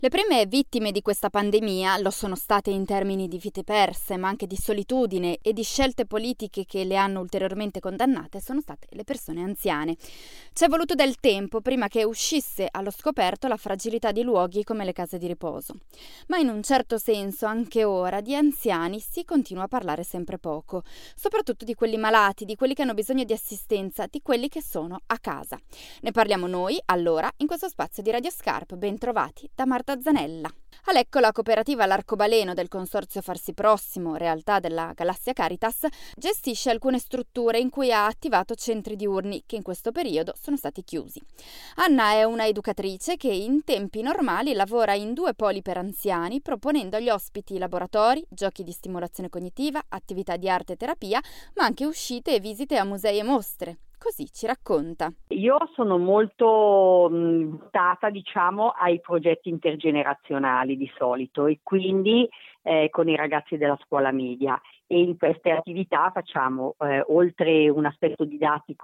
Le prime vittime di questa pandemia lo sono state in termini di vite perse, ma anche di solitudine e di scelte politiche che le hanno ulteriormente condannate, sono state le persone anziane. C'è voluto del tempo prima che uscisse allo scoperto la fragilità di luoghi come le case di riposo. Ma in un certo senso anche ora di anziani si continua a parlare sempre poco, soprattutto di quelli malati, di quelli che hanno bisogno di assistenza, di quelli che sono a casa. Ne parliamo noi, allora, in questo spazio di Radio Scarp. Ben trovati da Marta Zanella. A Lecco la cooperativa L'Arcobaleno del consorzio Farsi Prossimo, realtà della Galassia Caritas, gestisce alcune strutture in cui ha attivato centri diurni che in questo periodo sono stati chiusi. Anna è una educatrice che in tempi normali lavora in 2 poli per anziani, proponendo agli ospiti laboratori, giochi di stimolazione cognitiva, attività di arte e terapia, ma anche uscite e visite a musei e mostre. Così ci racconta. Io sono molto data, ai progetti intergenerazionali di solito e quindi con i ragazzi della scuola media. E in queste attività facciamo, oltre un aspetto didattico,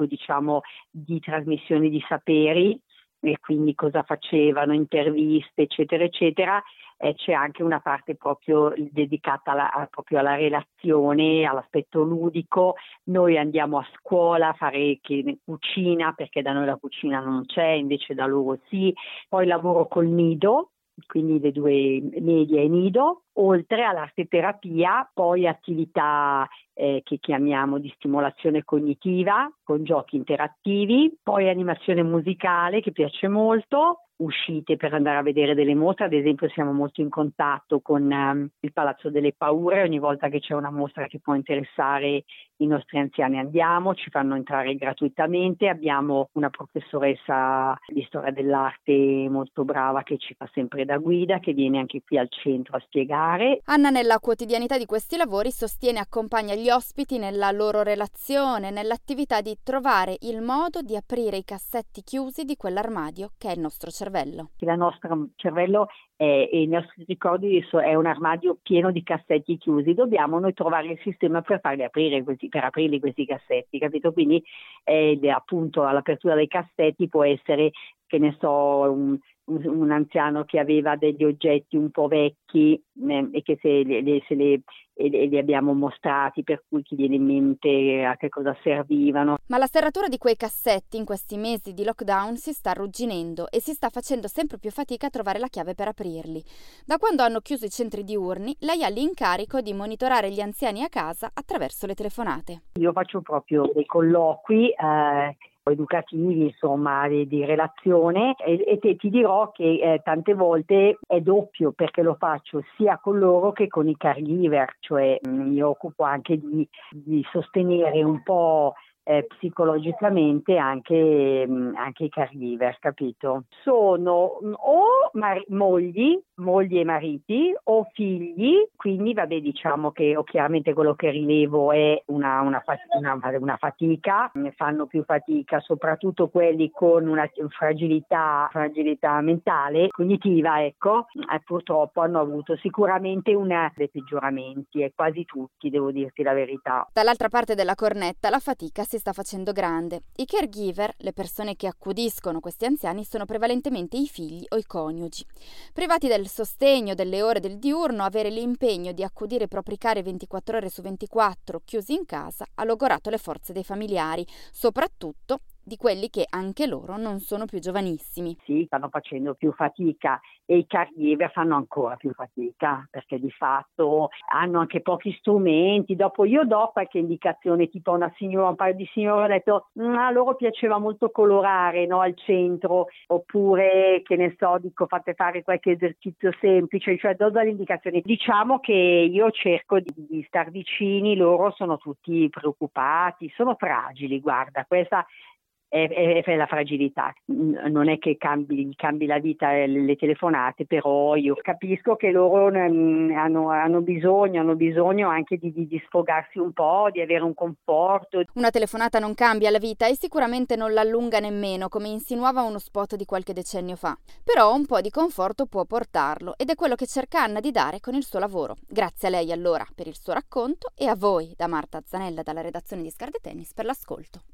di trasmissione di saperi, e quindi cosa facevano, interviste, eccetera, eccetera, c'è anche una parte proprio dedicata proprio alla relazione, all'aspetto ludico. Noi andiamo a scuola a fare cucina, perché da noi la cucina non c'è, invece da loro sì. Poi lavoro col nido, quindi le 2 medie e nido, oltre all'arte terapia, poi attività che chiamiamo di stimolazione cognitiva con giochi interattivi, poi animazione musicale che piace molto, uscite per andare a vedere delle mostre. Ad esempio siamo molto in contatto con il Palazzo delle Paure, ogni volta che c'è una mostra che può interessare i nostri anziani andiamo, ci fanno entrare gratuitamente. Abbiamo una professoressa di storia dell'arte molto brava che ci fa sempre da guida, che viene anche qui al centro a spiegare. Anna nella quotidianità di questi lavori sostiene e accompagna gli ospiti nella loro relazione, nell'attività di trovare il modo di aprire i cassetti chiusi di quell'armadio che è il nostro cervello. Il nostro cervello e i nostri ricordi è un armadio pieno di cassetti chiusi. Dobbiamo noi trovare il sistema per farli aprire per aprirli questi cassetti, capito? Quindi appunto all'apertura dei cassetti può essere, che ne so, un anziano che aveva degli oggetti un po' vecchi e che se li abbiamo mostrati, per cui chi viene in mente a che cosa servivano. Ma la serratura di quei cassetti in questi mesi di lockdown si sta arrugginendo e si sta facendo sempre più fatica a trovare la chiave per aprirli. Da quando hanno chiuso i centri diurni, lei ha l'incarico di monitorare gli anziani a casa attraverso le telefonate. Io faccio proprio dei colloqui educativi, insomma, di relazione e ti dirò che tante volte è doppio, perché lo faccio sia con loro che con i caregiver, cioè mi occupo anche di sostenere un po' psicologicamente anche i caregiver, capito? Sono o mogli e mariti o figli, quindi che chiaramente quello che rilevo è una fatica, fanno più fatica soprattutto quelli con una fragilità mentale, cognitiva, ecco, purtroppo hanno avuto sicuramente dei peggioramenti, e quasi tutti, devo dirti la verità. Dall'altra parte della cornetta la fatica si sta facendo grande. I caregiver, le persone che accudiscono questi anziani, sono prevalentemente i figli o i coniugi. Privati del sostegno delle ore del diurno, avere l'impegno di accudire i propri cari 24 ore su 24, chiusi in casa, ha logorato le forze dei familiari, soprattutto di quelli che anche loro non sono più giovanissimi. Sì, stanno facendo più fatica e i caregiver fanno ancora più fatica, perché di fatto hanno anche pochi strumenti. Dopo io do qualche indicazione, tipo un paio di signore ho detto a loro piaceva molto colorare, no, al centro, oppure che ne so, fate fare qualche esercizio semplice, cioè do delle indicazioni. Diciamo che io cerco di star vicini, loro sono tutti preoccupati, sono fragili, guarda, questa è la fragilità. Non è che cambi la vita le telefonate, però io capisco che loro hanno bisogno anche di sfogarsi un po', di avere un conforto. Una telefonata non cambia la vita e sicuramente non l'allunga nemmeno, come insinuava uno spot di qualche decennio fa. Però un po' di conforto può portarlo, ed è quello che cerca Anna di dare con il suo lavoro. Grazie a lei allora per il suo racconto e a voi da Marta Zanella dalla redazione di Scar de Tennis per l'ascolto.